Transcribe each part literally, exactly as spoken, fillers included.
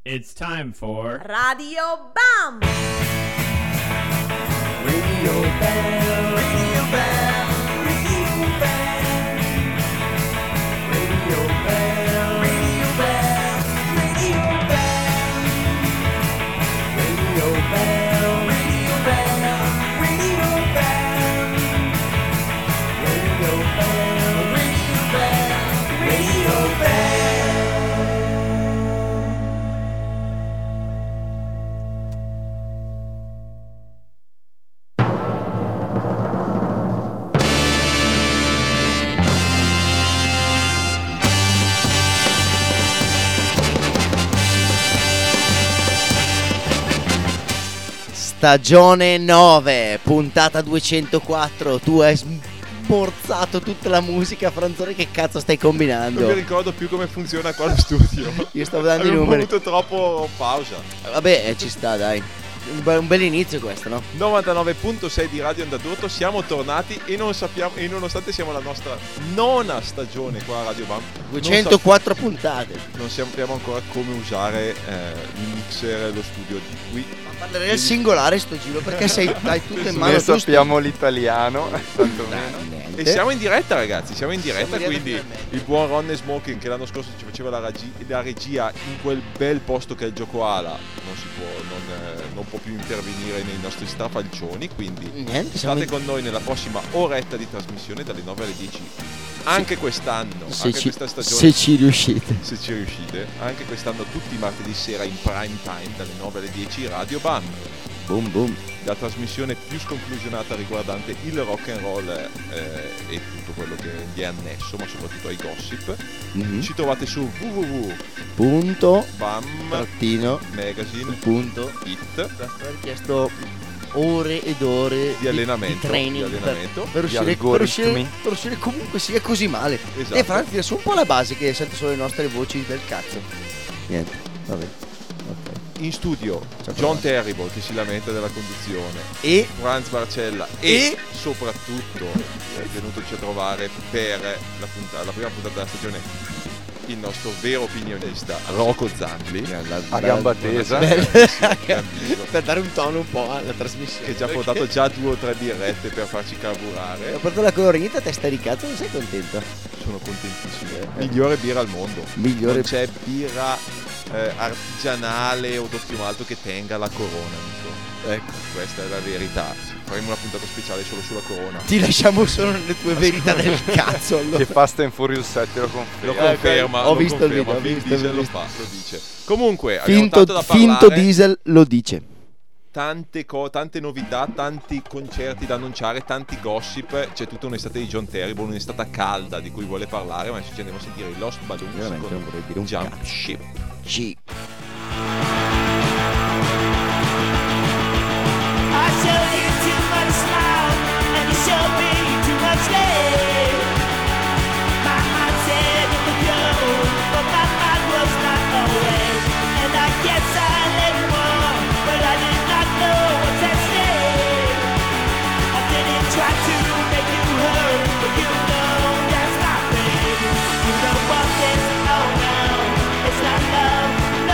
It's time for Radio Bam! Radio Bam, Radio Bam, Radio Bam, Radio Bam, Radio Bam, Radio Bam, Radio Bam, Radio Bam, Radio Bam, Radio Bam, Radio Bam, Radio Bam. Stagione nove, puntata duecentoquattro. Tu hai smorzato tutta la musica, Franzone, che cazzo stai combinando? Non mi ricordo più come funziona qua lo studio. Io stavo dando i Abbiamo numeri. avuto troppo pausa. Vabbè, eh, ci sta, dai. Un, be- un bel inizio questo, no? novantanove virgola sei di Radio Onda d'Urto, siamo tornati e non sappiamo, e nonostante siamo alla nostra nona stagione qua a Radio Bam, duecentoquattro puntate. non sappiamo ancora come usare eh, il mixer, lo studio di qui. Parlerei al singolare sto giro perché sei, hai tutto in mano. Noi giusto? sappiamo l'italiano, tantomeno. Dai, niente. E siamo in diretta, ragazzi, siamo in diretta, Siamo in diretta quindi finalmente. il buon Ron e Smoking che l'anno scorso ci faceva la, ragi- la regia in quel bel posto che è il Gioco Ala, non si può, non, eh, non può più intervenire nei nostri strafalcioni, quindi Niente, siamo state in... con noi nella prossima oretta di trasmissione dalle nove alle dieci, anche quest'anno, se, anche ci, questa stagione, se ci riuscite. se ci riuscite, anche quest'anno tutti i martedì sera in prime time dalle nove alle dieci Radio Bam. Boom boom. La trasmissione più sconclusionata riguardante il rock and roll eh, e tutto quello che gli è annesso, ma soprattutto ai gossip. Mhm. Ci trovate su w w w Punto punto bam trattino magazine punto it per aver chiesto ore ed ore di allenamento, di training di allenamento, per, per, di uscire, per, algoritmi. uscire, per uscire comunque sia così male. Esatto. E Franz, tira su un po' la base che sento solo le nostre voci del cazzo. Niente, vabbè. Ok. In studio Ciao, John Franz. Terrible che si lamenta della conduzione, E Franz Barcella e, E? soprattutto è venutoci a trovare per la, punta- la prima puntata della stagione il nostro vero opinionista Rocco Zambli, A gamba tesa. per dare un tono un po' alla trasmissione. che ci ha portato già due o tre birrette per farci carburare. Ho portato la colorinita, testa di cazzo, non sei contento? Sono contentissimo. Migliore birra al mondo. Migliore- Non c'è birra eh, artigianale o doppio malto che tenga la corona, amico. Ecco. Questa è la verità. Faremo una puntata speciale solo sulla corona. Ti lasciamo solo nelle tue verità del cazzo allora. Che Fast and Furious sette lo Lo conferma. conferma, ho lo visto il conferma. video, ho Vin visto Diesel il lo video. fa, lo dice. Comunque, abbiamo Finto, tanto da finto parlare, diesel lo dice. tante, co- tante novità, tanti concerti da annunciare, tanti gossip. C'è tutta un'estate di John Terrible, un'estate calda di cui vuole parlare, ma ci andiamo a sentire i Lost Balloons Veramente non con vorrei dire un Jump cazzo. Ship. G. I showed you too much smile, and you showed me too much hate. My mind said it would go, but my mind was not always. And I guess I let you on, but I did not know what's at stake. I didn't try to make you hurt, but you know that's not fair. You know what this, oh no, it's not love.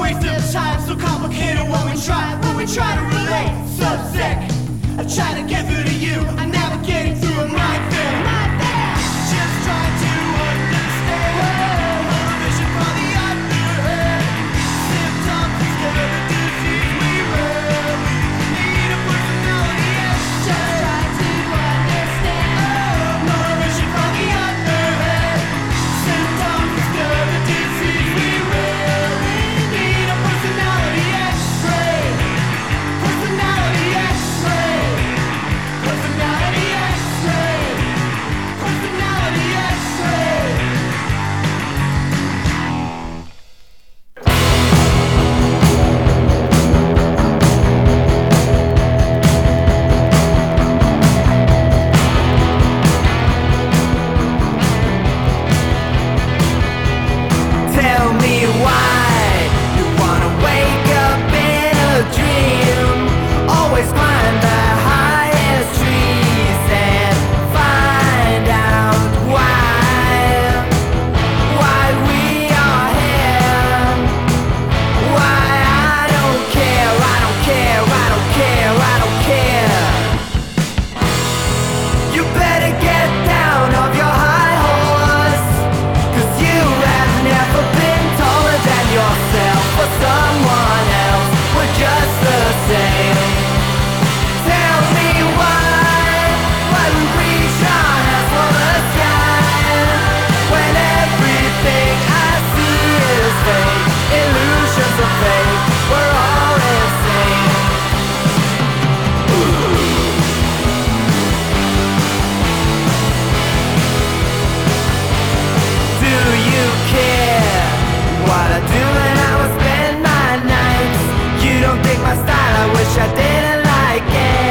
waste of time, so complicated when we try, when we try to relate. So sick of trying to get through to you. I'm navigating through a minefield. Just trying to understand the vision for the underhead. Symptoms instead of a disease. We really need a personality. Just trying to understand the vision for the underhead. Symptoms instead of a disease. We really need a personality X-ray. Personality X-ray. Personality X-ray. Personality X-ray. Tell me why you wanna wake up in a dream. Always climb the highest trees and find out why. Why we are here. Why I don't care, I don't care, I don't care, I don't care. You better get down off your high horse, 'cause you have never been taller than yourself or someone else. We're just the same. Tell me why, why we reach our hands for the sky, when everything I see is fake, illusions of fate, we're all insane. Do you care what I do when I would spend my nights? You don't think my style, I wish I didn't like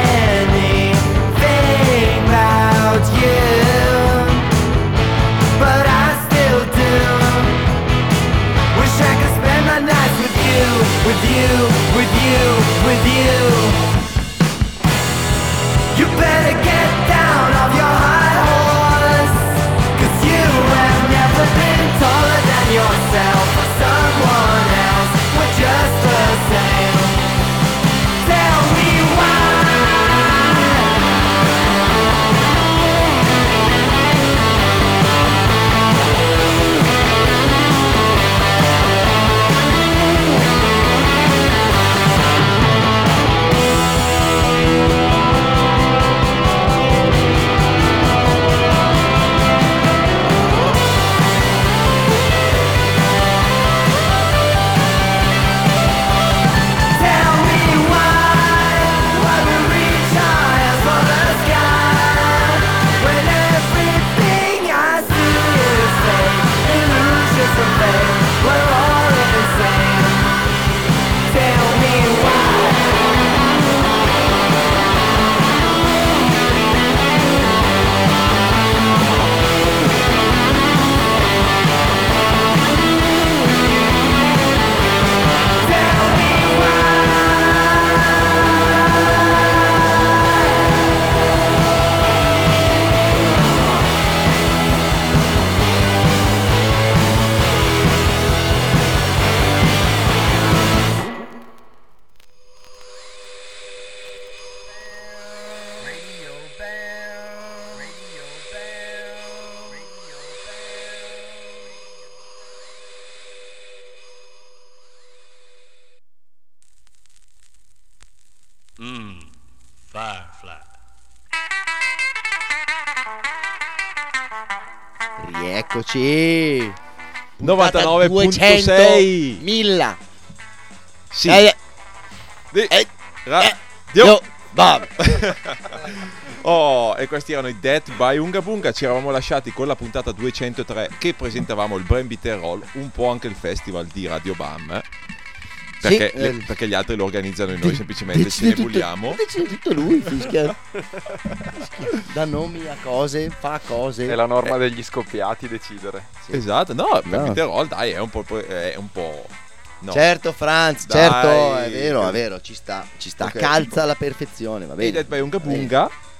anything about you, but I still do. Wish I could spend my nights with you, with you, with you, with you. You better get down off your high horse, 'cause you have never been taller than yourself or someone else. We're just the same. Tell me why. Tell me why, why we reach our hands for the sky, when everything I see is fake, illusions of fate, we're all insane. Tell me why. Tell me Mmm, Firefly. Rieccoci. novantanove virgola duecento sei. mila. Sì. Eh, Di- eh, ra- eh, Dio. io- va. Oh, e questi erano i Death by Unga Bunga. Ci eravamo lasciati con la puntata duecentotre che presentavamo il Brain Beater Roll, un po' anche il festival di Radio Bam. Perché, Sì, le- eh. perché gli altri lo organizzano e noi semplicemente ce ne Decide tutto- vogliamo. Decide tutto lui, fischia. Fischia. Dà nomi a cose, fa cose. È la norma degli scoppiati decidere. Sì. Esatto, no, il Brain No. Beater Roll, dai, è un po'. È un po' no. Certo, Franz, Dai. certo, è vero, è vero, ci sta, ci sta, Ok. calza alla perfezione, va E bene. Death by Unga Va bene. Bunga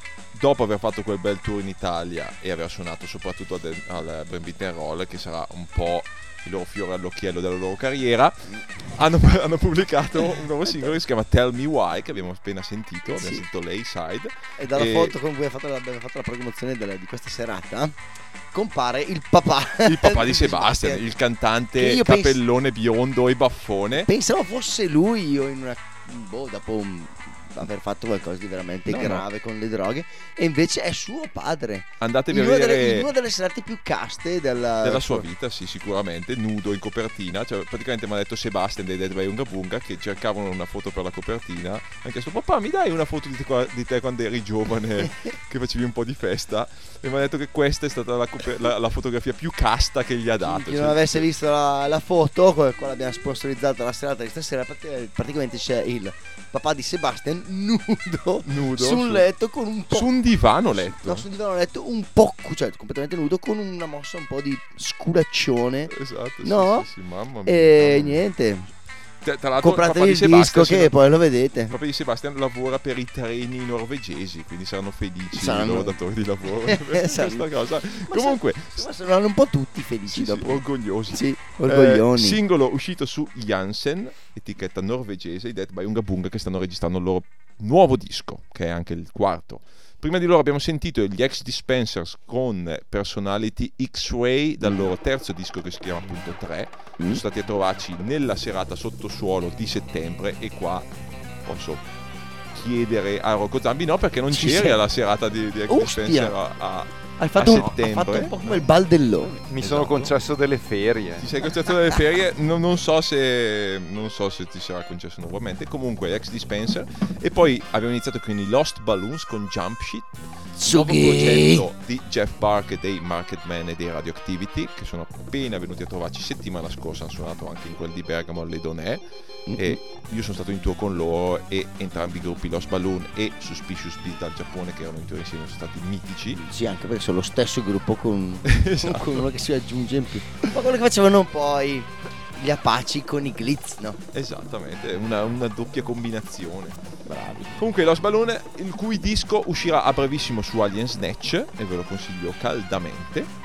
dopo aver fatto quel bel tour in Italia e aver suonato soprattutto al, al Brand Beat and Roll, che sarà un po' il loro fiore all'occhiello della loro carriera, hanno, hanno pubblicato un nuovo singolo che si chiama Tell Me Why, che abbiamo appena sentito, abbiamo Sì. sentito Layside. E dalla E- foto con cui abbiamo fatto la, abbiamo fatto la promozione della- di questa serata compare il papà. Il papà di Sebastian, il Che cantante io pens- capellone biondo e baffone. Pensavo fosse lui, io in una... Boh, dopo un- aver fatto qualcosa di veramente No, no. grave con le droghe, e invece è suo padre. Andatevi In a una, vedere delle, in una delle serate più caste della, della sua vita, sì, sicuramente, nudo in copertina. Cioè, praticamente mi ha detto Sebastian dei Dead by Unga Bunga che cercavano una foto per la copertina. Ha chiesto: papà, mi dai una foto di te, qua- di te quando eri giovane, che facevi un po' di festa? E mi ha detto che questa è stata la, coper- la- la fotografia più casta che gli ha dato. Chi Cioè, non avesse visto la, la foto, con quale abbiamo sponsorizzata la serata di stasera, prati- praticamente c'è il papà di Sebastian nudo, Nudo, su un su- letto con un po'... su un divano letto. No, su un divano letto un po', cioè completamente nudo, con una mossa un po' di sculaccione. Esatto, sì, No? sì, sì, mamma mia. E mamma mia. niente, Tra tra l'altro, compratevi papà il di Sebastian, disco se- che poi lo vedete. il papà di Sebastian lavora per i treni norvegesi, quindi saranno felici Saranno- i loro datori di lavoro per questa Esatto. cosa. Ma Comunque, Ma saranno un po' tutti felici sì, sì, dopo. orgogliosi. Sì, Eh, orgoglioni. singolo uscito su Janssen, etichetta norvegese, i Dead by Unga Bunga, che stanno registrando il loro nuovo disco, che è anche il quarto. Prima di loro abbiamo sentito gli Ex Dispensers con Personality X-Ray dal loro terzo disco che si chiama appunto tre. Sono stati a trovarci nella serata sottosuolo di settembre, e qua posso chiedere a Rocco Zambi, no, perché non Ci c'eri sei. alla serata di, di Ex Ostia. Dispenser a, a, Hai fatto, a un, hai settembre. fatto un po' come il baldellone. Mi Esatto. sono concesso delle ferie. Ti sei concesso delle ferie, non, non so se non so se ti sarà concesso nuovamente. Comunque Ex Dispenser. E poi abbiamo iniziato con i Lost Balloons con Jump Shit, nuovo Sughi. progetto di Jeff Barker dei Market Man e dei Radioactivity, che sono appena venuti a trovarci settimana scorsa. Hanno suonato anche in quel di Bergamo alle Donè, e io sono stato in tour con loro, e entrambi i gruppi, Lost Balloon e Suspicious Beat dal Giappone, che erano in tour insieme, sono stati mitici. Sì, anche perché sono lo stesso gruppo con, Esatto. con uno che si aggiunge in più. Ma quello che facevano poi gli Apache con i Glitz, no? Esattamente, una, una doppia combinazione. Bravi. Comunque Lost Balloon, il cui disco uscirà a brevissimo su Alien Snatch, e ve lo consiglio caldamente.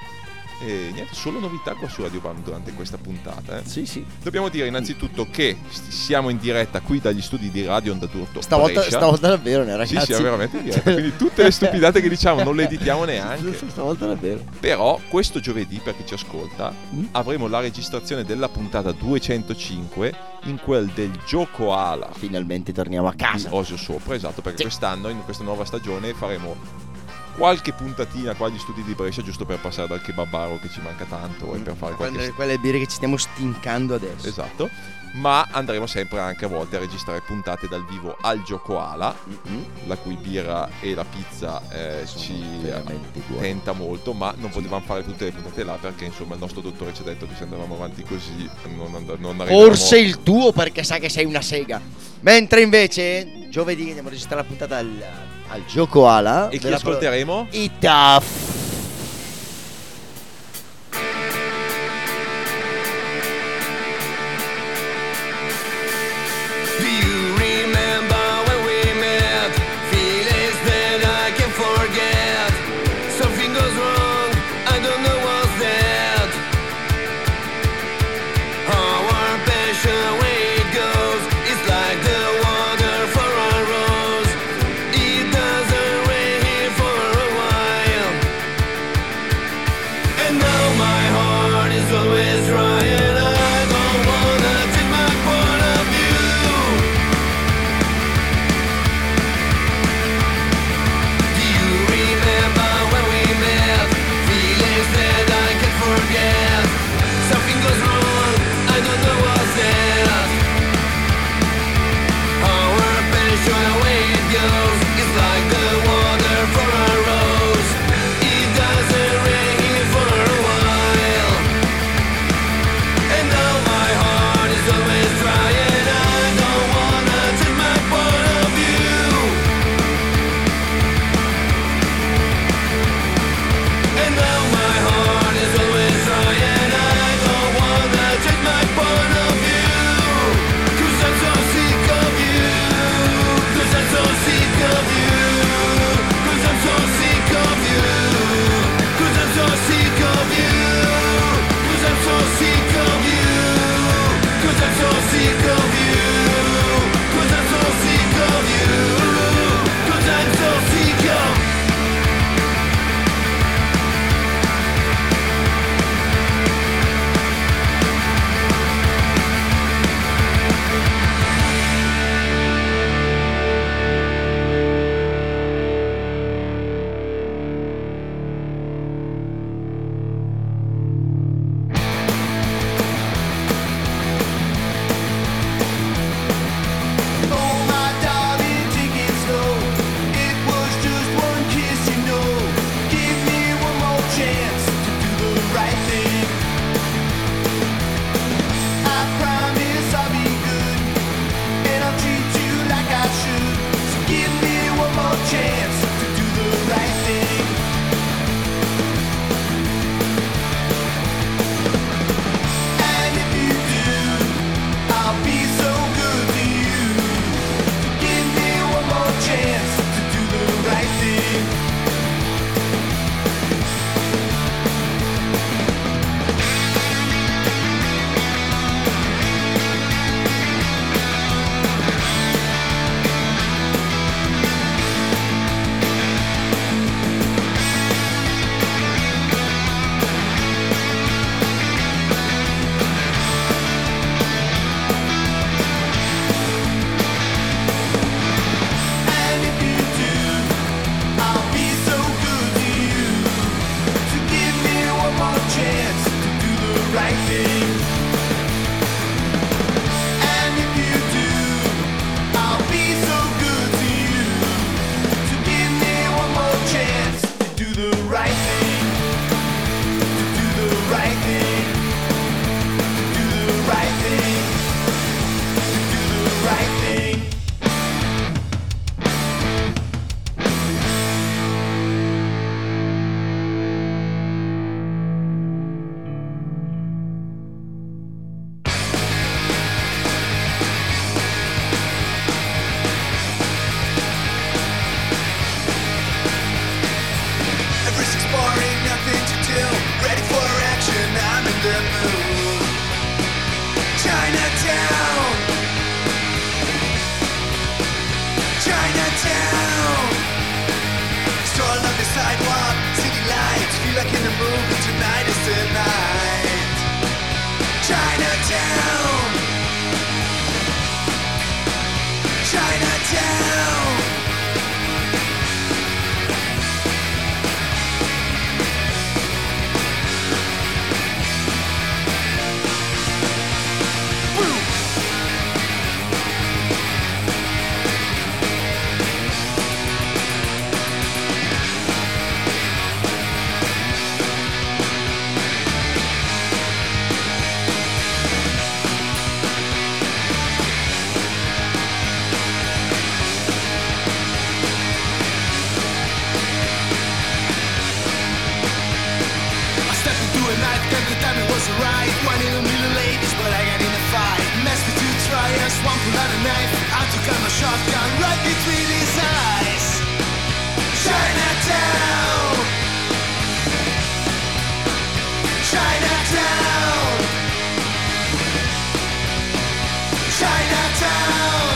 E niente, solo novità qua su Radio Bam durante questa puntata, eh. Sì, sì. Dobbiamo dire innanzitutto che st- siamo in diretta qui dagli studi di Radio Onda d'Urto Stavolta, Brescia. stavolta davvero, ne Sì, ragazzi. siamo veramente in diretta, quindi tutte le stupidate che diciamo non le editiamo neanche. Stavolta davvero. Però questo giovedì, per chi ci ascolta, Mm. avremo la registrazione della puntata duecentocinque in quel del Gioco Ala Finalmente torniamo a di casa. Osio Sopra, esatto, perché Sì. quest'anno, in questa nuova stagione, faremo qualche puntatina qua agli studi di Brescia, giusto per passare dal kebabaro che ci manca tanto, e per fare qualche... Quelle, quelle birre che ci stiamo stincando adesso. Esatto. Ma andremo sempre anche a volte a registrare puntate dal vivo al Gioco Ala, Mm-mm. la cui birra e la pizza eh, Sono ci veramente buone. tenta molto, ma non potevamo fare tutte le puntate là, perché insomma il nostro dottore ci ha detto che se andavamo avanti così non, and- non arrivavamo. Forse il tuo, perché sa che sei una sega. Mentre invece giovedì andiamo a registrare la puntata al, al Gioco Ala. E chi Ve la pro- ascolteremo? I Tough. Do you remember when we met? Feelings that I can't forget. Something goes wrong, I don't know what's that. Our passion, where it goes, it's like the water for a rose. It doesn't rain here for a while. right thing. And if you do, I'll be so good to you. So give me one more chance to do the right thing. To do the right thing. To do the right thing. To do the right thing. Everything's boring, nothing to do. Ready for action, I'm in the mood. Chinatown, Chinatown. Stroll on the sidewalk, city lights. Feel like in a movie, tonight is the night. Chinatown, Chinatown. I stepped into a night, got the time it was right. One in a million ladies, but I got in a fight. Messed with two triers, one pulled out a knife. I took out my shotgun right between his eyes. Chinatown, Chinatown, Chinatown,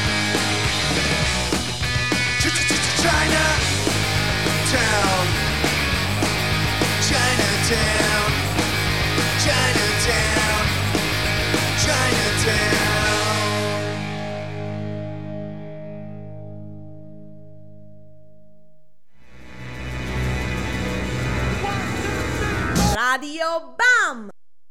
Chinatown. Chinatown, Chinatown, Chinatown. Radio Bam!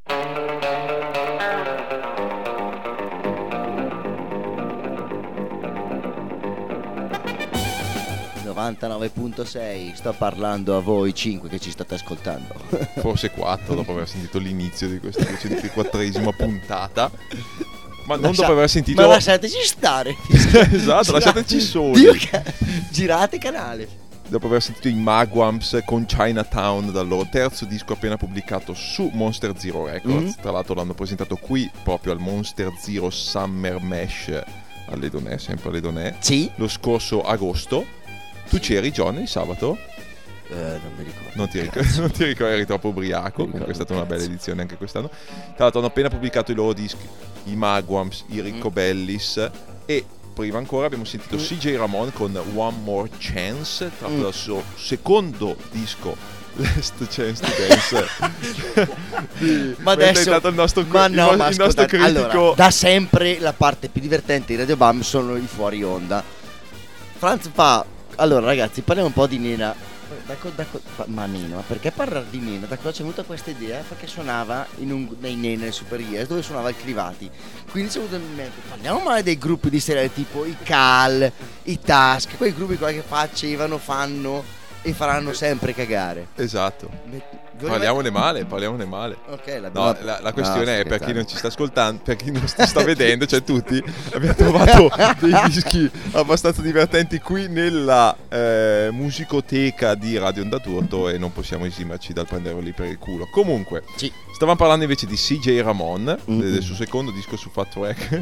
novantanove virgola sei, sto parlando a voi cinque che ci state ascoltando. Forse quattro dopo aver sentito l'inizio di questa duecentoquattresima puntata. Ma non Lascia- dopo aver sentito. Ma lasciateci stare. Esatto, lasciateci soli. Dio ca- Girate canale. Dopo aver sentito i Magwams con Chinatown dal loro terzo disco appena pubblicato su Monster Zero Records. Mm. Tra l'altro l'hanno presentato qui proprio al Monster Zero Summer Mash all'Edonè, sempre all'Edonè, Sì? lo scorso agosto. Tu c'eri, John, il sabato? Eh, non mi ricordo. Non ti ricordo, non ti ricordo, eri troppo ubriaco. Comunque è stata una bella edizione anche quest'anno. Tra l'altro hanno appena pubblicato i loro dischi, i Magwams, i Riccobellis, e prima ancora abbiamo sentito C J Ramon con One More Chance, tratto Mm. dal suo secondo disco, Last Chance to Dance. Di- Ma mentre adesso è stato il nostro, ma il no, no- ma il nostro ascoltate, critico. allora, da sempre la parte più divertente di Radio Bam sono i fuori onda. Franz fa. Allora ragazzi, parliamo un po' di Nena. Da co- da co- ma Nena, ma perché parlare di Nena? Da cosa c'è venuta questa idea? Perché suonava in un, nei Nena Super Yes, dove suonava il Clivati. Quindi ci è venuto in mente, parliamo male dei gruppi di serie tipo i Cal, i Task, quei gruppi qua che facevano, fanno e faranno sempre cagare. Esatto. Met- Parliamone male, parliamone male. Ok, l'abbiamo- No, la, la questione No, è, per chi scherzando. non ci sta ascoltando, per chi non ci sta vedendo, cioè tutti, abbiamo trovato dei dischi abbastanza divertenti qui nella eh, musicoteca di Radio Onda Turto e non possiamo esimerci dal prenderlo lì per il culo. Comunque, Sì. stavamo parlando invece di C J Ramon, Mm. del suo secondo disco su Fat Wreck.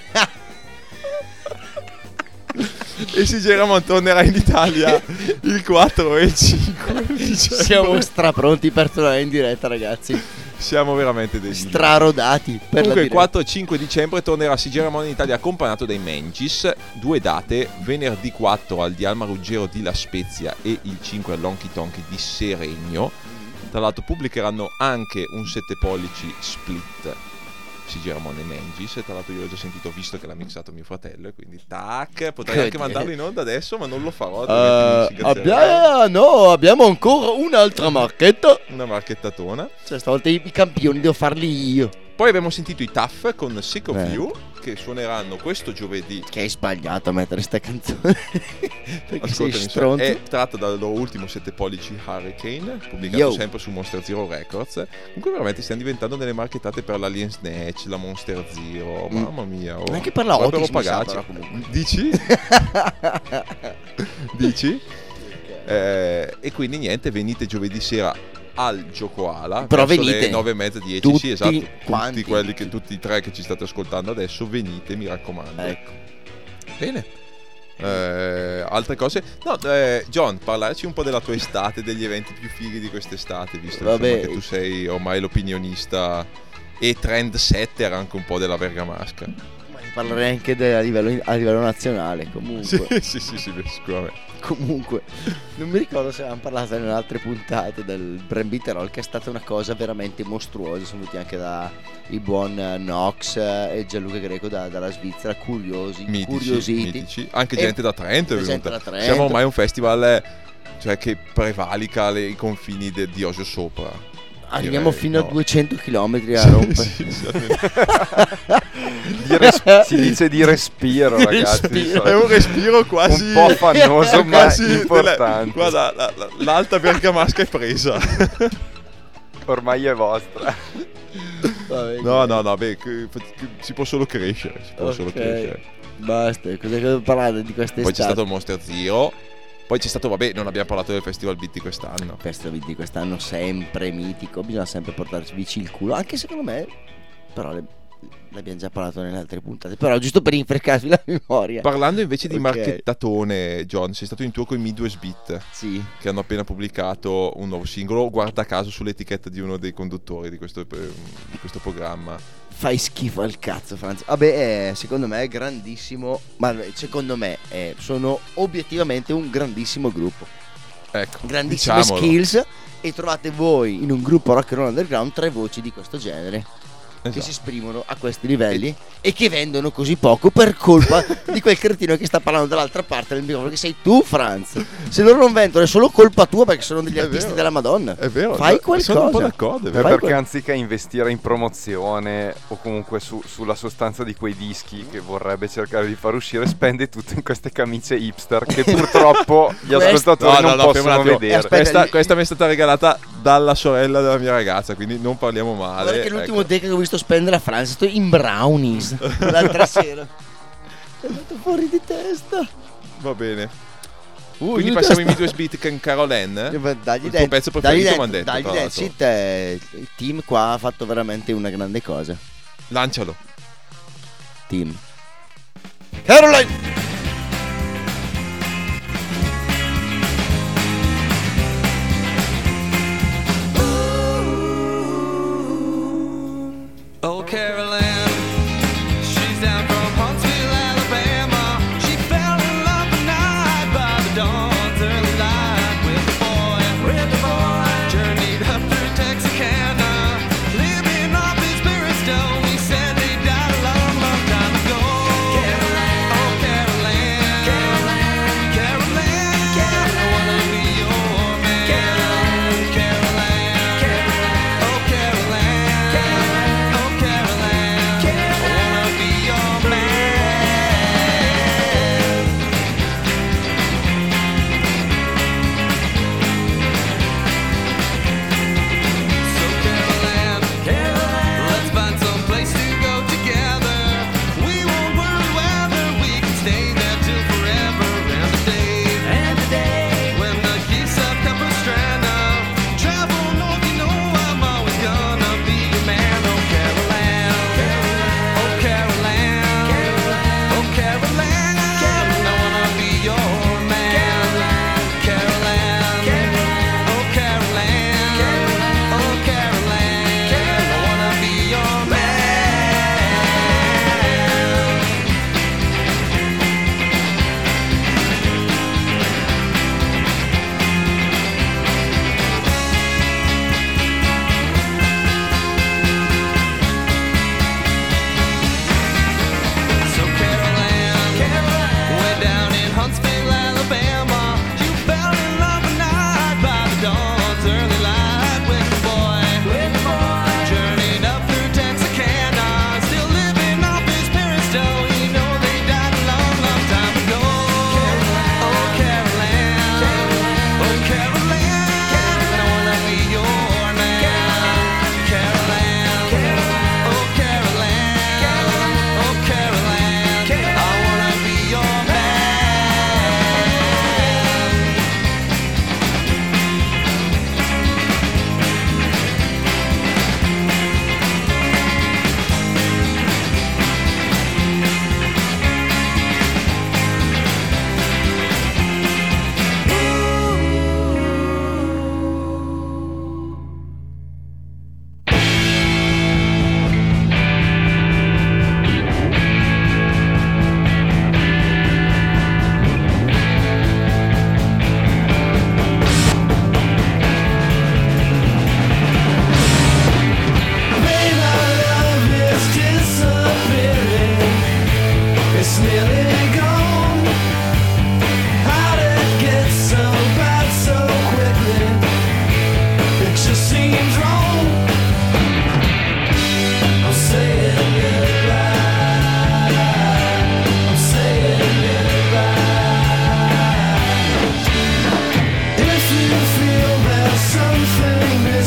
E C J Ramon tornerà in Italia il quattro e il cinque dicembre. Siamo strapronti per tornare in diretta, ragazzi. Siamo veramente degli Strarodati per la Comunque il diretta. quattro e cinque dicembre tornerà C J Ramon in Italia accompagnato dai Mengis. Due date, venerdì quattro al Dialma Ruggero di La Spezia e il cinque all'Honky Tonky di Seregno. Tra l'altro pubblicheranno anche un sette pollici split Sigi Ramone Mengis, tra l'altro io l'ho già sentito visto che l'ha mixato mio fratello, e quindi tac, potrei Che anche dire. mandarlo in onda adesso, ma non lo farò, Uh, altrimenti mi si incazzerebbe. abbiamo, no, abbiamo ancora un'altra marchetta. Una marchettatona. Cioè, stavolta i, i campioni devo farli io. Poi abbiamo sentito i Tough con Sick of Beh. You, che suoneranno questo giovedì. Che hai sbagliato a mettere sta canzone. Perché sei Ascoltami, stronzo. è tratta dal loro ultimo sette pollici Hurricane, pubblicato Yo. sempre su Monster Zero Records. Comunque veramente stiamo diventando delle marchettate per l'Alien Snatch, la Monster Zero, Mm. mamma mia. Oh. Anche per la Dovrebbero Otis mi sa, pagarci. però, comunque. Dici? Dici? Eh, e quindi niente, venite giovedì sera al Giocoala, Però verso venite. le nove e mezza, dieci, Tutti sì, esatto, tutti quanti. quelli che tutti i tre che ci state ascoltando adesso, venite, mi raccomando. Ecco. Bene. Eh, altre cose? No, eh, John, parlarci un po' della tua estate, degli eventi più fighi di quest'estate, visto Vabbè. insomma, che tu sei ormai l'opinionista e trendsetter anche un po' della Bergamasca. Ma ne parlerei anche de- a, livello, a livello nazionale. Comunque. Sì, sì, sì, sì, beh, sicuramente. Comunque, non mi ricordo se avevamo parlato nelle altre puntate del Brand Bitterol, che è stata una cosa veramente mostruosa. Sono venuti anche da il buon eh, Nox eh, e Gianluca Greco da- dalla Svizzera, curiosi, Mitici, curiositi. mitici. Anche E- gente da Trento è gente venuta. da Trento. Siamo ormai un festival eh, cioè, che prevalica le- i confini de- di Osio Sopra. Arriviamo Direi, fino no. a duecento chilometri a rompere. Sì, sì, almeno. Di res- si dice di respiro, Di ragazzi. di respiro. È solito. un respiro quasi Un po' affannoso, ma quasi importante. Guarda, la- la- l'alta bergamasca è presa. Ormai è vostra. Vabbè, No, no, no, beh, che- che si può solo crescere, si può solo Ok. crescere. Basta, cosa devo parlare di queste Poi c'è stato il Monster Zero. Poi c'è stato, vabbè, non abbiamo parlato del Festival Beat di quest'anno. Festival di quest'anno sempre mitico, bisogna sempre portarci vicino il culo, anche secondo me, però le, ne abbiamo già parlato nelle altre puntate, però giusto per rinfrescarvi la memoria. Parlando invece di Ok. marchettatone, John, sei stato in tour con i Midwest Beat, Sì, che hanno appena pubblicato un nuovo singolo, guarda caso sull'etichetta di uno dei conduttori di questo, di questo programma. fai schifo al cazzo, Franz. Vabbè, è, secondo me è grandissimo, ma secondo me è, sono obiettivamente un grandissimo gruppo, Ecco, grandissime diciamolo. skills, e trovate voi in un gruppo rock and roll underground tre voci di questo genere. Che Esatto. si esprimono a questi livelli e che vendono così poco per colpa di quel cretino che sta parlando dall'altra parte del microfono, che sei tu, Franz. Se loro non vendono è solo colpa tua, perché sono degli È artisti vero. della Madonna. È vero, Fai no, sono un po' qualcosa. d'accordo, è È vero. Fai perché quel- anziché investire in promozione o comunque su- sulla sostanza di quei dischi che vorrebbe cercare di far uscire, spende tutto in queste camicie hipster che purtroppo gli Questo- ascoltatori No, no, non no, fermo un possono attimo. vedere. Aspetta, Questa, lì- questa mi è stata regalata dalla sorella della mia ragazza, quindi non parliamo male. Guarda che l'ultimo ecco. deca che ho visto spendere a Franz è stato in brownies l'altra sera. È andato fuori di testa. Va bene. Uh, Quindi di passiamo in testa. Midwest Beat con Caroline. Eh, beh, Dagli Il Dan- tuo pezzo dagli preferito, Dan- m'han detto, dagli tra Dan- l'altro. sì, te- il team qua ha fatto veramente una grande cosa. Lancialo. Team Caroline. Oh, Carolyn, she's down from Huntsville, Alabama. She fell in love the night by the dawn's early light with the boy, with the boy. Journeyed up through Texarkana, living off his spirit stone. He said they died a long, long time ago. Caroline, oh, Caroline.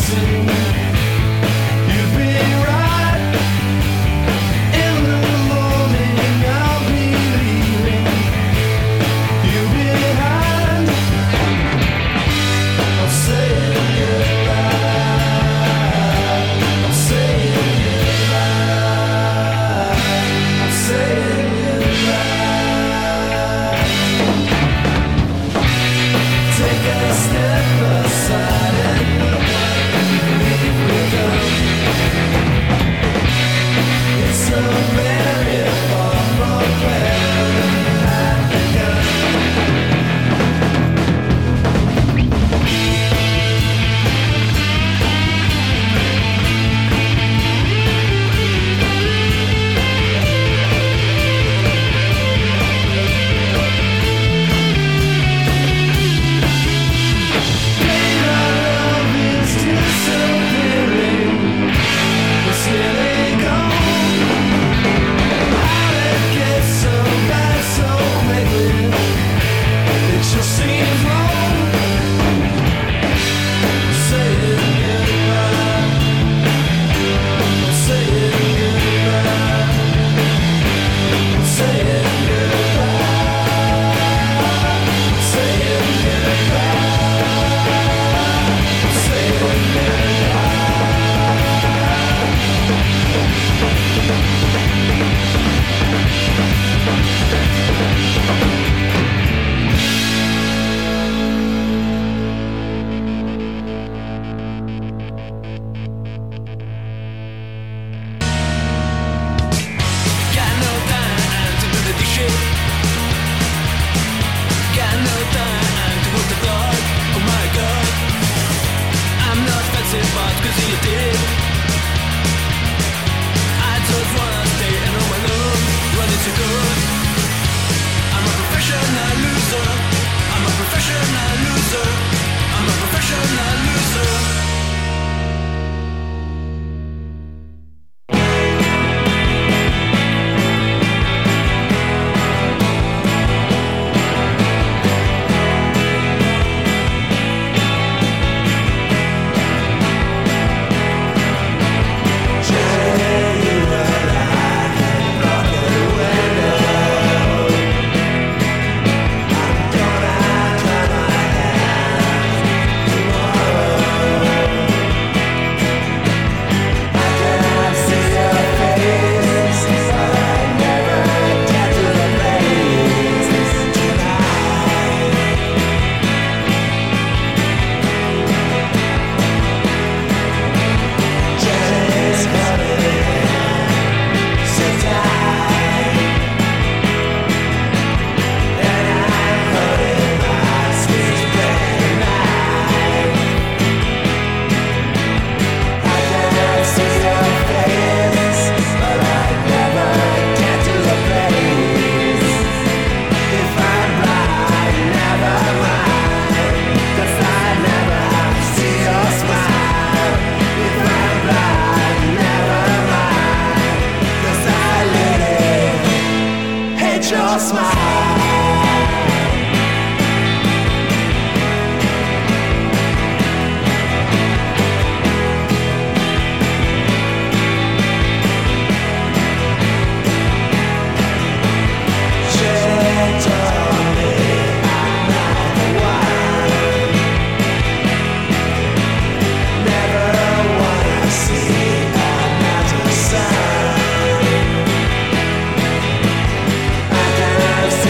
listen. You'd be right. In the morning I'll be leaving you behind. I'm saying goodbye. I'm saying goodbye. I'm saying goodbye. Take a step aside and look what we've become. It's so very far from where I've begun. Pain our love is disappearing. It's nearly gone. How'd it get so bad so quickly? It just seems wrong. Saying goodbye. Saying goodbye. Saying goodbye. Saying goodbye. Saying got no time to do the dishes. Got no time to walk the dog. Oh my god, I'm not fancy but cause you did. I just wanna stay and home alone when it's good. I'm a professional loser. I'm a professional loser. I'm a professional loser. Your smile. See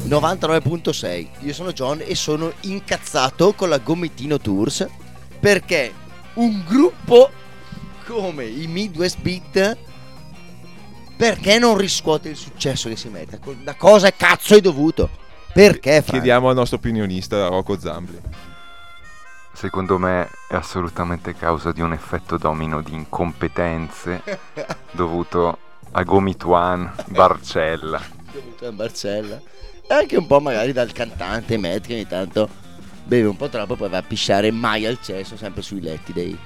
novantanove virgola sei. Io sono John e sono incazzato con la Gomitino Tours perché un gruppo come i Midwest Beat perché non riscuote il successo che si mette? Da cosa cazzo è dovuto? Perché, Frank? Chiediamo al nostro opinionista Rocco Zambli. Secondo me è assolutamente causa di un effetto domino di incompetenze dovuto a Gomituan Barcella. Dovuto a Barcella. E anche un po' magari dal cantante Matt che ogni tanto beve un po' troppo e poi va a pisciare mai al cesso sempre sui letti dei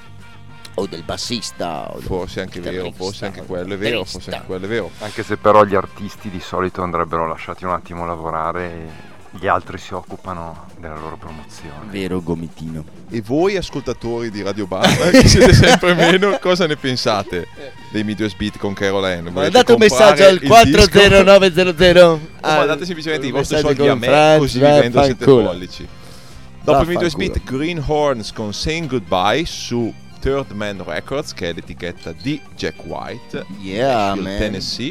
o del bassista o del Forse anche vero, chitarrista, forse anche o del quello è vero, batterista. forse anche quello è vero. Anche se però gli artisti di solito andrebbero lasciati un attimo lavorare e gli altri si occupano della loro promozione. Vero Gomitino. E voi ascoltatori di Radio Bamba, che siete sempre meno, cosa ne pensate dei Midwest Beat con Caroline? Mandate un messaggio al quattro zero nove zero zero o mandate semplicemente i vostri messaggio soldi a con me, Franz, così vi vendo sette vaffanculo. pollici. Dopo i Midwest Vaffanculo. Beat, Green Horns con Saying Goodbye su Third Man Records, che è l'etichetta di Jack White, Yeah, Nashville, man. Tennessee.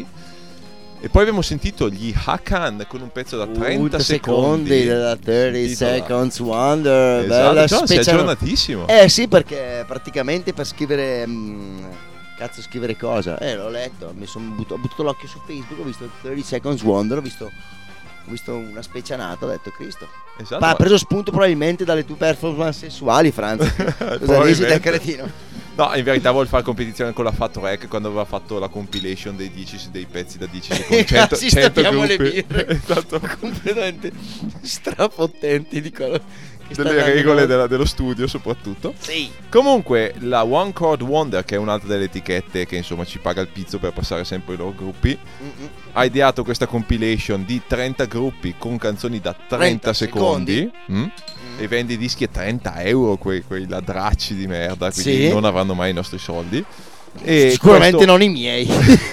E poi abbiamo sentito gli Hakan con un pezzo da trenta Uh, secondi della thirty si intitola- Seconds Wonder. Esatto, Bella John, sei special- aggiornatissimo. Eh sì, perché praticamente per scrivere mm, cazzo scrivere cosa? Eh l'ho letto, mi sono butta- ho buttato l'occhio su Facebook, ho visto thirty Seconds Wonder, ho visto ho visto una specianata, ho detto Cristo. Esatto, Ma ha ma- preso spunto probabilmente dalle tue performance sessuali, Franz. Cosa dici del Probabilmente. cretino? No, in verità vuol fare competizione con la Fat Wreck quando aveva fatto la compilation dei dieci dei pezzi da dieci secondi. cento, Ci cento stappiamo le gruppi. birre. Esatto. Completamente strafottenti di quello che sta Delle andando regole avanti. della- dello studio soprattutto. Sì. Comunque la One Chord Wonder, che è un'altra delle etichette che insomma ci paga il pizzo per passare sempre i loro gruppi, Mm-mm. ha ideato questa compilation di trenta gruppi con canzoni da trenta, trenta secondi, mm? e vende i dischi a trenta euro, quei, quei ladracci di merda, quindi Sì. non avranno mai i nostri soldi. E Sicuramente questo- non i miei.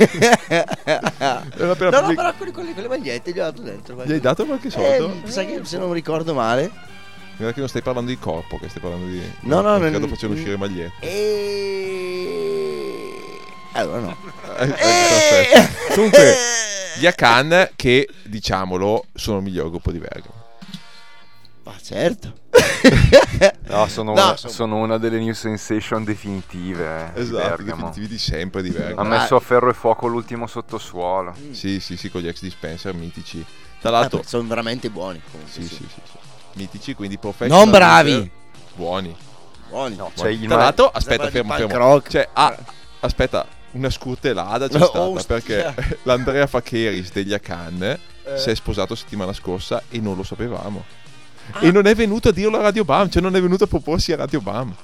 Era per No, no, applic- però quelli con le, con le magliette gli ho dato dentro. Gli hai dato qualche soldo? Eh, sai che se non ricordo male. Guarda che non stai parlando di corpo, che stai parlando di... No, no, non non- credo facciano uscire magliette. E... Allora no. Eh, eh, perfetto. Comunque, gli Hakan, che diciamolo, sono il miglior gruppo di Bergamo. Ma certo. No, sono, No, una, sono- sono una delle new sensation definitive eh, di Esatto, Bergamo. definitivi di sempre di Bergamo. Ha messo a ferro e fuoco l'ultimo sottosuolo. Sì, sì, sì, con gli ex dispenser mitici. Tra Ah, l'altro, perché sono veramente buoni. Comunque, sì, sì, sì, sì. Mitici, quindi professional. Non bravi. leader, Buoni. Buoni. No, buoni. cioè il Tra ma- l'altro, aspetta, Sembra di fermo, punk fermo. rock. Cioè, ah, aspetta, una scurtelata c'è No, stata, oh, perché stia. l'Andrea Facheris degli Hakan si è sposato settimana scorsa e non lo sapevamo. E non è venuto a dirlo a Radio Bam, cioè non è venuto a proporsi a Radio Bam.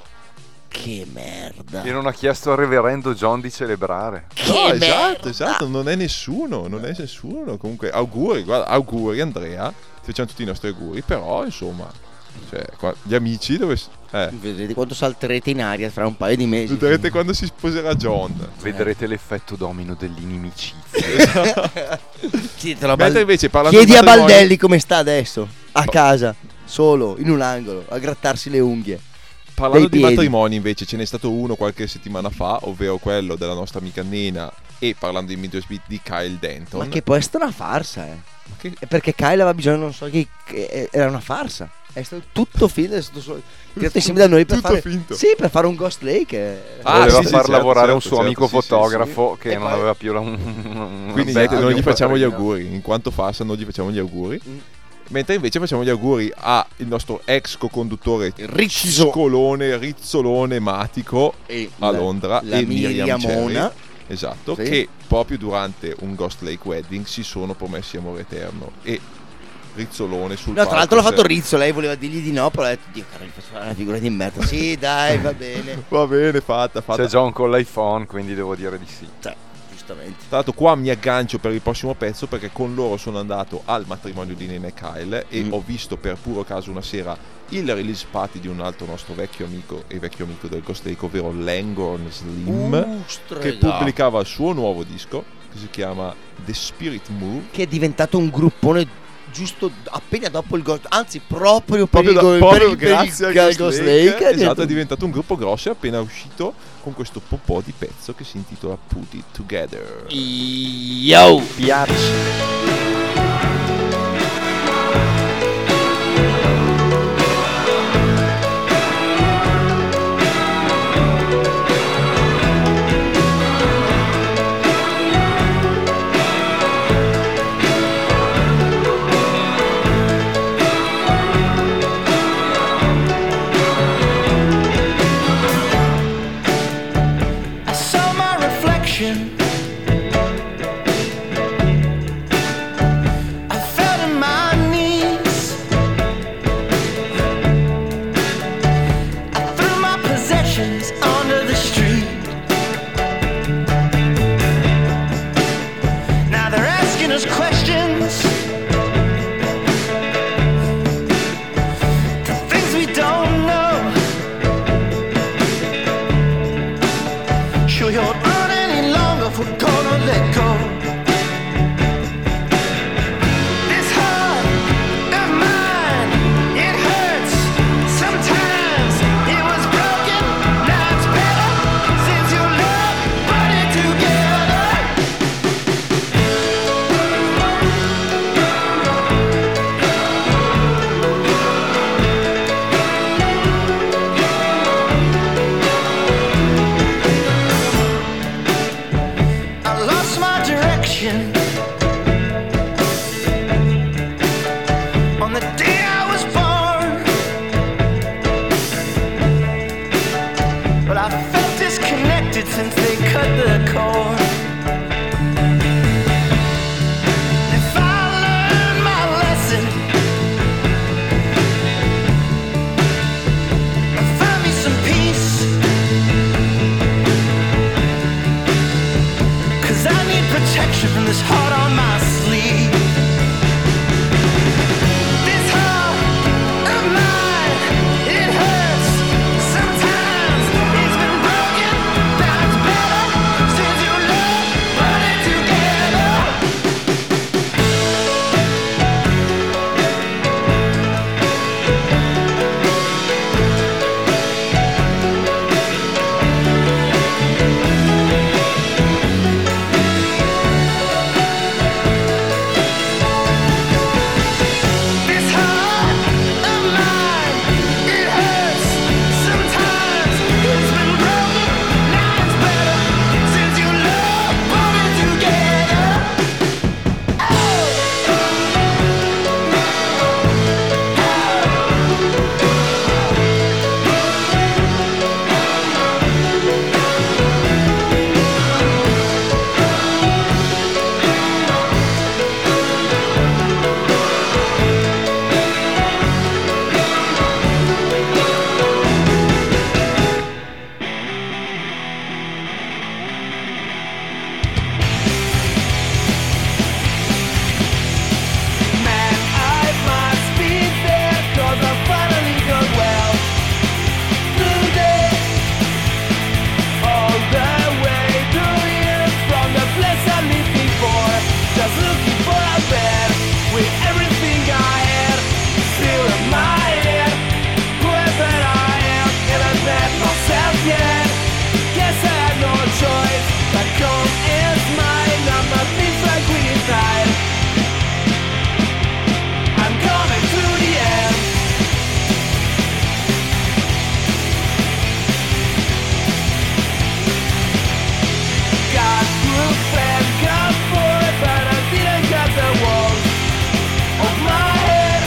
Che merda. E non ha chiesto al reverendo John di celebrare. Che No, merda. esatto, esatto, non è nessuno, non è nessuno. Comunque, auguri, guarda, auguri Andrea, ti facciamo tutti i nostri auguri, però insomma, cioè, qua- gli amici dove... s- Eh, Vedrete quanto salterete in aria fra un paio di mesi. vedrete quando si sposerà John. Vedrete l'effetto domino dell'inimicizia. Chiedetelo a Mentre Bal- invece parlando Chiedi di a matrimonio- Baldelli come sta adesso. A casa, solo, in un angolo, a grattarsi le unghie. Parlando dei di piedi. matrimoni invece ce n'è stato uno qualche settimana fa, ovvero quello della nostra amica Nena, e parlando di Midwest Beat di Kyle Denton. Ma che poi è stata una farsa, eh. Ma che- È perché Kyle aveva bisogno, non so che, che era una farsa. È stato tutto finto, è stato solo tirato insieme da noi per Tutto fare finto. Sì, per fare un Ghost Lake. eh. Ah, Voleva sì, sì, far certo, lavorare certo, un suo certo, amico sì, sì, fotografo che E non poi- aveva più la, un, un Quindi una niente, bag non di gli un facciamo gli quattrino. auguri, in quanto farsa non gli facciamo gli auguri. Mm. Mentre invece facciamo gli auguri al nostro ex co-conduttore Rizzo. Ciscolone, Rizzolone Matico E a la- Londra la e Miriam Miriamona. Cherry. Esatto, Sì. che proprio durante un Ghost Lake Wedding si sono promessi amore eterno e Rizzolone sul No, tra l'altro l'ha palco fatto si è- Rizzo, lei voleva dirgli di no, però ha detto, Dio caro, gli faccio fare una figura di merda. Sì, dai, va bene. Va bene, fatta, fatta. C'è John con l'iPhone, quindi devo dire di sì. Cioè, giustamente. Tra l'altro qua mi aggancio per il prossimo pezzo perché con loro sono andato al matrimonio di Nena e Kyle e Mm. ho visto per puro caso una sera il release party di un altro nostro vecchio amico e vecchio amico del Ghost Lake, ovvero Langorn Slim, Uh, che strega. pubblicava il suo nuovo disco che si chiama The Spirit Move. Che è diventato un gruppone giusto appena dopo il Ghost, anzi proprio per Proprio, il, da- go- proprio per il- per il- grazie al al Ghost Ghost Lake, Lake, è esatto, è diventato- diventato un gruppo grosso e appena uscito con questo popò di pezzo che si intitola Put It Together. Yo! Piace. I lost my direction on the day I was born, but I felt disconnected since they cut the cord. If I learned my lesson and find me some peace, 'cause I need protection from this heart on my sleeve. This heart of mine, it hurts sometimes. It's been broken, now it's better since you love, put it together. This heart of mine, it hurts sometimes. It's been broken, now it's better since you love, put it together. Man, I must be there 'cause I finally got well today. All the way to here from the place I lived before, just looking for a bed with everything I had still in my head. Whoever I am, haven't met myself yet. Guess I had no choice. But come is mine, I'm a bit tranquil inside. I'm coming to the end. Got proof and got forward, but I didn't got the walls of my head.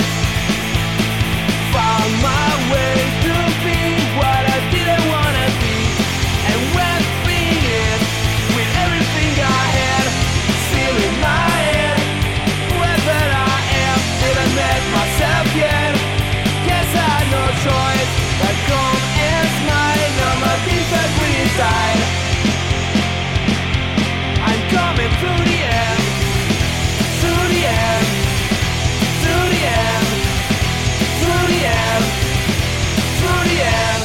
Found my way to be what I didn't wanna be, and went being it with everything I had still in my head. Whoever I am, haven't met myself yet. Guess I had no choice. But come as mine, I'm a different with inside. I'm coming to the end, to the end, to the end, to the end, to the end.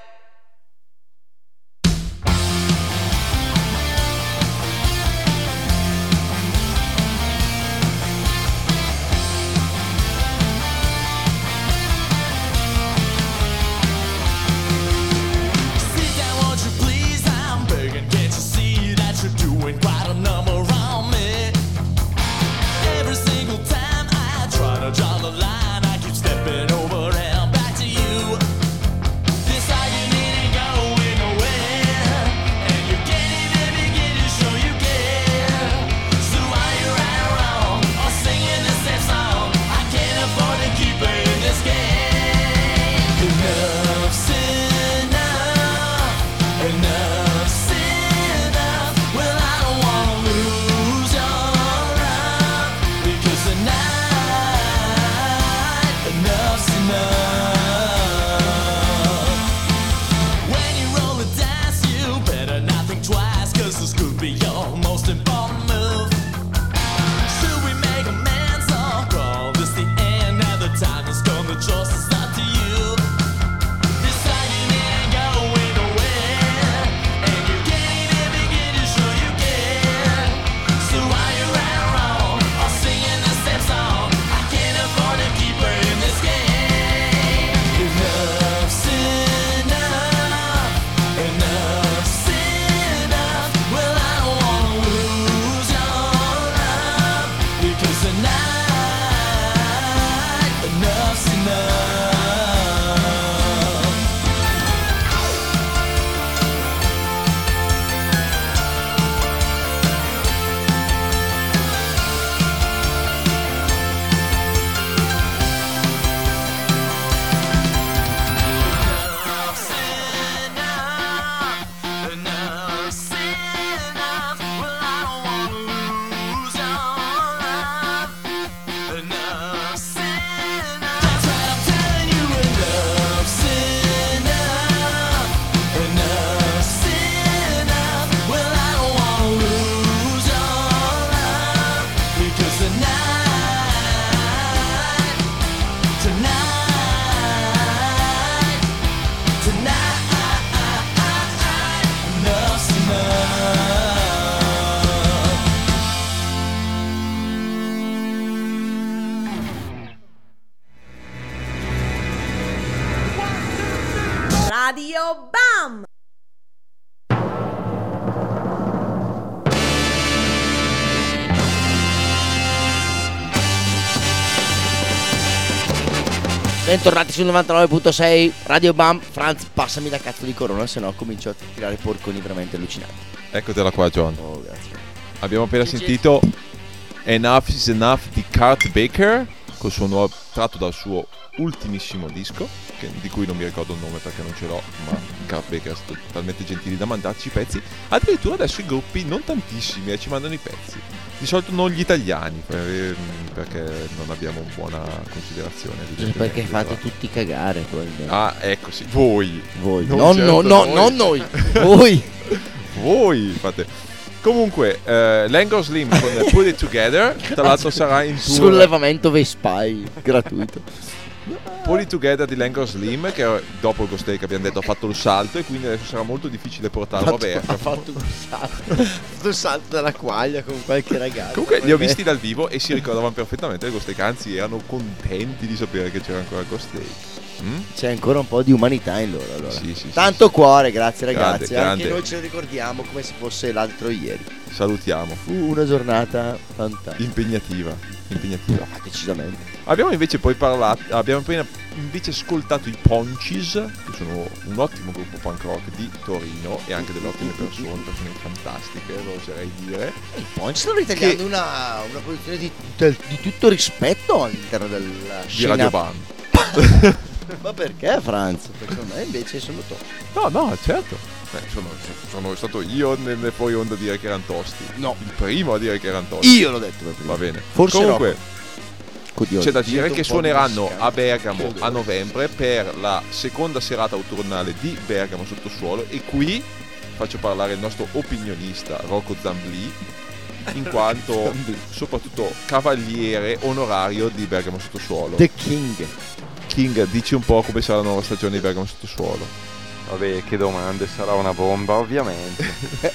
Sit down, won't you please? I'm begging, can't you see that you're doing quite a number on me? Every single time I try to draw the line, I keep stepping over and back to you. This argument ain't going nowhere, and you can't even begin to show you care. So are you right or wrong, or singing the same song? I can't afford to keep playing this game. Enough's enough, enough's enough. Well, I don't wanna lose. Bentornati sul novantanove virgola sei Radio Bam. Franz, passami la cazzo di corona, se no comincio a tirare porconi veramente allucinanti. Eccotela qua, John. Oh, grazie. Abbiamo appena Sì, sì. sentito Enough is Enough di Kurt Baker, col suo nuovo, tratto dal suo ultimissimo disco, che- di cui non mi ricordo il nome perché non ce l'ho, ma Kurt Baker è stato talmente gentile da mandarci i pezzi. Addirittura adesso i gruppi, non tantissimi, eh, ci mandano i pezzi. Di solito non gli italiani, per- perché non abbiamo buona considerazione. evidentemente, Perché fate però. tutti cagare probabilmente. Ah, ecco sì, voi. Voi. Non No, certo no, no, noi. non noi. Voi. Voi fate. Comunque, eh, Lango Slim con Put It Together, tra l'altro sarà in tour. Sollevamento Vespai gratuito. Put It Together di Lango Slim, che dopo il Ghost Take abbiamo detto ha fatto il salto e quindi adesso sarà molto difficile portarlo a Bergamo. Ha fatto un salto. Ha fatto un salto dalla quaglia con qualche ragazzo. Comunque li ho visti dal vivo e si ricordavano perfettamente del Ghost Take, anzi erano contenti di sapere che c'era ancora il Ghost Take. Mm? C'è ancora un po' di umanità in loro allora. Sì, sì, sì, Tanto sì. cuore, grazie ragazzi. Grande, Anche grande. noi ce lo ricordiamo come se fosse l'altro ieri. Salutiamo. Fu una giornata fantastica. Impegnativa. Impegnativa. Ah, decisamente. Abbiamo invece poi parlato, abbiamo appena invece ascoltato i Ponchies, che sono un ottimo gruppo punk rock di Torino e anche delle ottime persone, persone fantastiche, lo oserei dire. E i Punch stanno ritagliando una, una produzione di, del- di tutto rispetto all'interno della Di scena. Radio Bam. Ma perché Franz? Secondo me invece sono top. No, no, certo. Beh, sono, sono stato io nel fuori onda a dire che erano tosti. No. Il primo a dire che erano tosti. Io l'ho detto per primo. Va bene. Forse Comunque, Oddio, c'è da sento dire un che po' di suoneranno musica. a Bergamo Credo. a novembre per la seconda serata autunnale di Bergamo Sottosuolo e qui faccio parlare il nostro opinionista Rocco Zambli, in quanto soprattutto cavaliere onorario di Bergamo Sottosuolo. The King. King, dici un po' come sarà la nuova stagione di Bergamo Sottosuolo. Vabbè, che domande, sarà una bomba ovviamente.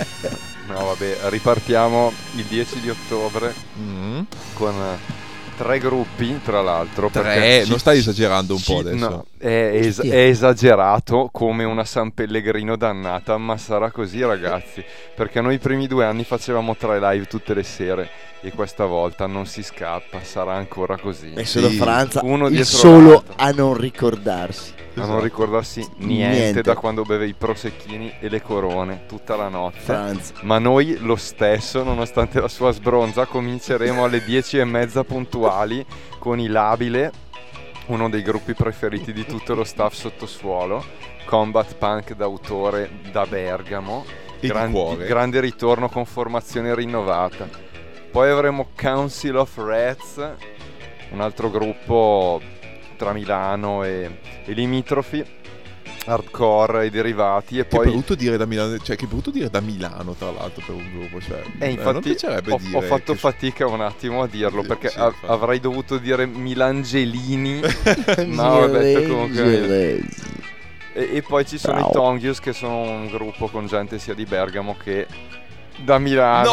No, vabbè, ripartiamo il dieci di ottobre Mm. con eh, tre gruppi, tra l'altro. Tre, perché ci- non stai esagerando un ci- po' adesso? No, è, es- Sì. è esagerato come una San Pellegrino dannata, ma sarà così ragazzi, perché noi i primi due anni facevamo tre live tutte le sere e questa volta non si scappa, sarà ancora così. E solo Sì. Franza, Uno il dietro solo l'altro. a non ricordarsi. A non ricordarsi niente, Niente. da quando beve i prosecchini e le corone tutta la notte. Franz. Ma noi lo stesso, nonostante la sua sbronza, cominceremo alle dieci e mezza puntuali con i Labile, uno dei gruppi preferiti di tutto lo staff Sottosuolo, combat punk d'autore da Bergamo, E di cuore. grande ritorno con formazione rinnovata. Poi avremo Council of Rats, un altro gruppo tra Milano e, e limitrofi, hardcore e derivati, e Che poi brutto dire da Milano, cioè che brutto dire da Milano tra l'altro per un gruppo, cioè. E eh, non infatti piacerebbe ho, dire ho fatto che- fatica un attimo a dirlo, Sì, perché sì, a- infatti. avrei dovuto dire Milangelini. No, ho detto comunque. E, e poi ci sono Ciao. i Tongius, che sono un gruppo con gente sia di Bergamo che da Milano.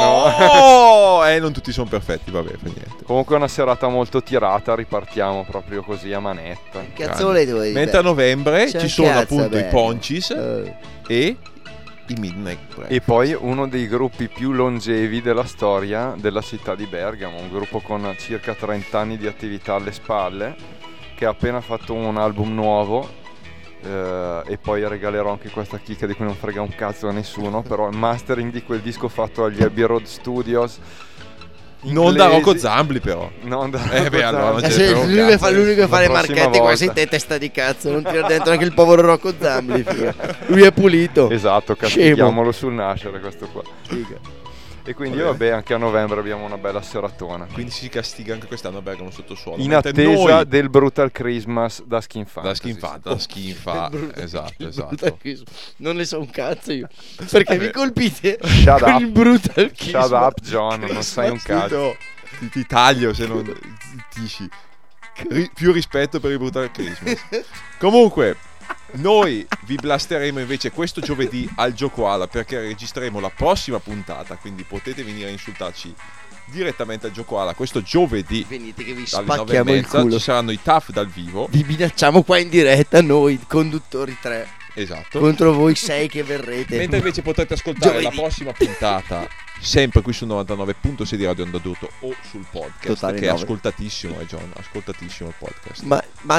No! eh, non tutti sono perfetti, vabbè, fa niente. Comunque è una serata molto tirata, ripartiamo proprio così a manetta. Cazzo volete voi? Mentre a novembre C'è ci un sono cazzo appunto a i Bergamo. Ponchies Eh. e i Midnight Break. E poi uno dei gruppi più longevi della storia della città di Bergamo, un gruppo con circa trenta anni di attività alle spalle, che ha appena fatto un album nuovo. eh, e poi regalerò anche questa chicca di cui non frega un cazzo a nessuno, però il mastering di quel disco fatto agli Abbey Road Studios, Non da inglesi- Rocco Zambli però. non da Eh, Rocco beh, allora non Zambli. c'è Eh, proprio l'unico, un che fa, cazzo. l'unico che fa La le prossima marchette qua volta. sei testa di cazzo. Non tira dentro anche il povero Rocco Zambli, figa. Lui è pulito. Esatto, Scemo. castighiamolo sul nascere questo qua. Figa. E quindi Vabbè. vabbè, anche a novembre abbiamo una bella seratona. Quindi si castiga anche quest'anno a Bergamo Sottosuolo. In Mentre attesa noi- del Brutal Christmas da Skin Fantasy. da skinfa, da skinfa, esatto, esatto. Non ne so un cazzo io. Perché mi colpite Shut con up. il brutal kiss. Shut up John, non sai un cazzo. Ti, ti taglio se non dici. Ri- più rispetto per il Brutal Christmas. Comunque, noi vi blasteremo invece questo giovedì al Giocoala, perché registreremo la prossima puntata, quindi potete venire a insultarci direttamente al Giocoala questo giovedì Venite che vi dalle nove e spacchiamo il mezza. culo. Ci saranno i T A F dal vivo. Vi minacciamo qua in diretta noi, conduttori tre, Esatto. contro voi sei che verrete. Mentre invece potrete ascoltare Giovedì. la prossima puntata sempre qui sul novantanove virgola sei di Radio Onda d'Urto o sul podcast, Totale che è nove. ascoltatissimo, eh John, ascoltatissimo il podcast. Ma, ma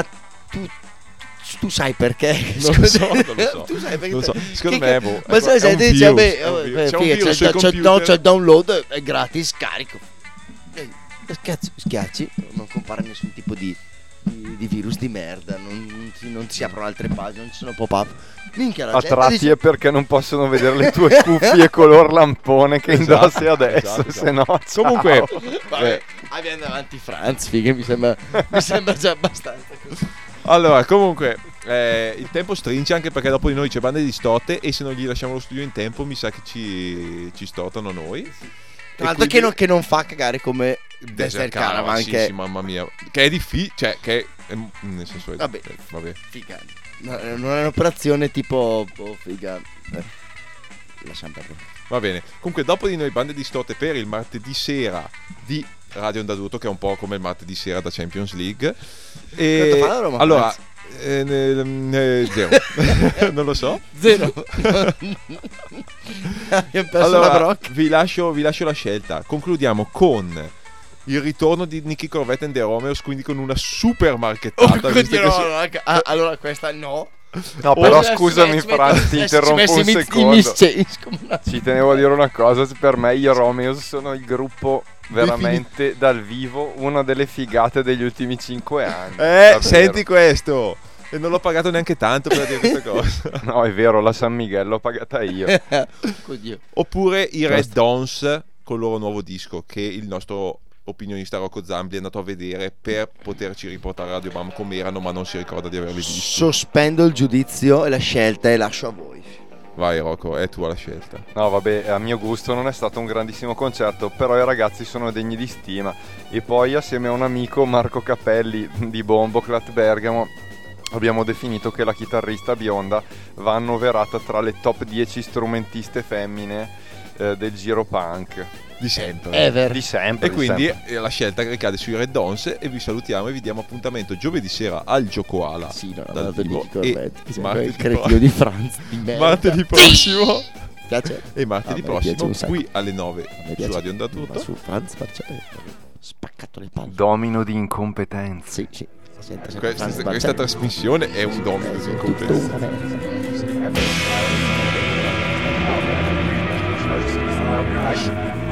tu, tu sai perché? Non lo so, non lo so. Tu sai perché? Non lo so. Secondo Che- me, boh, ma è- sai, è sai, un dici, virus, vabbè, è un oh, virus. eh, C'è un figa, virus c'è, sui c'è- c'è il computer. down- c'è il download, è gratis, carico. Eh, Schiacci, schiacci, non compare nessun tipo di, di, di virus di merda, non, non, si, non si aprono altre pagine, non ci sono pop-up. Minchia, la A gente tratti dice- è perché non possono vedere le tue cuffie color lampone che Esatto, indossi adesso, esatto, se no ciao. Comunque, Vabbè, eh, andiamo avanti Franz, figa, mi sembra, mi sembra già abbastanza così. allora, comunque, eh, il tempo stringe anche perché dopo di noi c'è Bande di Stote e se non gli lasciamo lo studio in tempo mi sa che ci, ci stotano noi. Tra l'altro che non, che non fa cagare come Desert Desert Caravan, Caravan, sì, che sì, mamma mia, che è difficile, cioè che è, nel senso è, Vabbè. eh, vabbè. figa, no, non è un'operazione tipo, oh, figa, eh, lasciamo perdere. Va bene. Comunque, dopo di noi Bande di Stote per il martedì sera di Radio Onda d'Urto, che è un po' come il martedì sera da Champions League. E Quanto fa la Roma, allora, Franz? eh, ne- eh, zero. Non lo so. Zero. Abbiamo perso la Allora, Brock. vi lascio, vi lascio la scelta. Concludiamo con il ritorno di Nicky Corvette and the Romeos, quindi con una super marchettata. visto che si- allora, ah, allora questa no. No, però Ora scusami ci metti- Franz, ti ci interrompo metti un i mis- i secondo. misceis come una- Ci tenevo a dire una cosa, per me i Romeos sono il gruppo veramente dal vivo, una delle figate degli ultimi cinque anni. Eh, davvero. senti questo. E non l'ho pagato neanche tanto per dire questa cosa. No, è vero, la San Miguel l'ho pagata io. Oddio. Oppure i Red Dons con il loro nuovo disco che il nostro opinionista Rocco Zambli è andato a vedere per poterci riportare a Radio Bam come erano, ma non si ricorda di averli visti. Sospendo il giudizio e la scelta e lascio a voi. Vai Rocco, è tua la scelta. No, vabbè, a mio gusto non è stato un grandissimo concerto, però i ragazzi sono degni di stima. E poi assieme a un amico, Marco Capelli di Bomboclat Bergamo, abbiamo definito che la chitarrista bionda va annoverata tra le top dieci strumentiste femmine eh, del giro punk Di sempre. Ever. di sempre. E di quindi sempre. eh, la scelta ricade sui Red Dons e vi salutiamo e vi diamo appuntamento giovedì sera al Giocoala. Sì, no, dal no, vivo. Nicky Corvette, E che sembra il martedì cretino pro- di Franz di merda. martedì prossimo Piace? e martedì A me piace prossimo un sacco. qui alle nove A me su piace. Radio Onda Ma Tutto. su Franz Barcellona spaccato le palle. Domino di incompetenza. Sì, sì. Senta, senta, Questa, Franz questa Barcellona. trasmissione è un domino di Tutto incompetenza. una merda.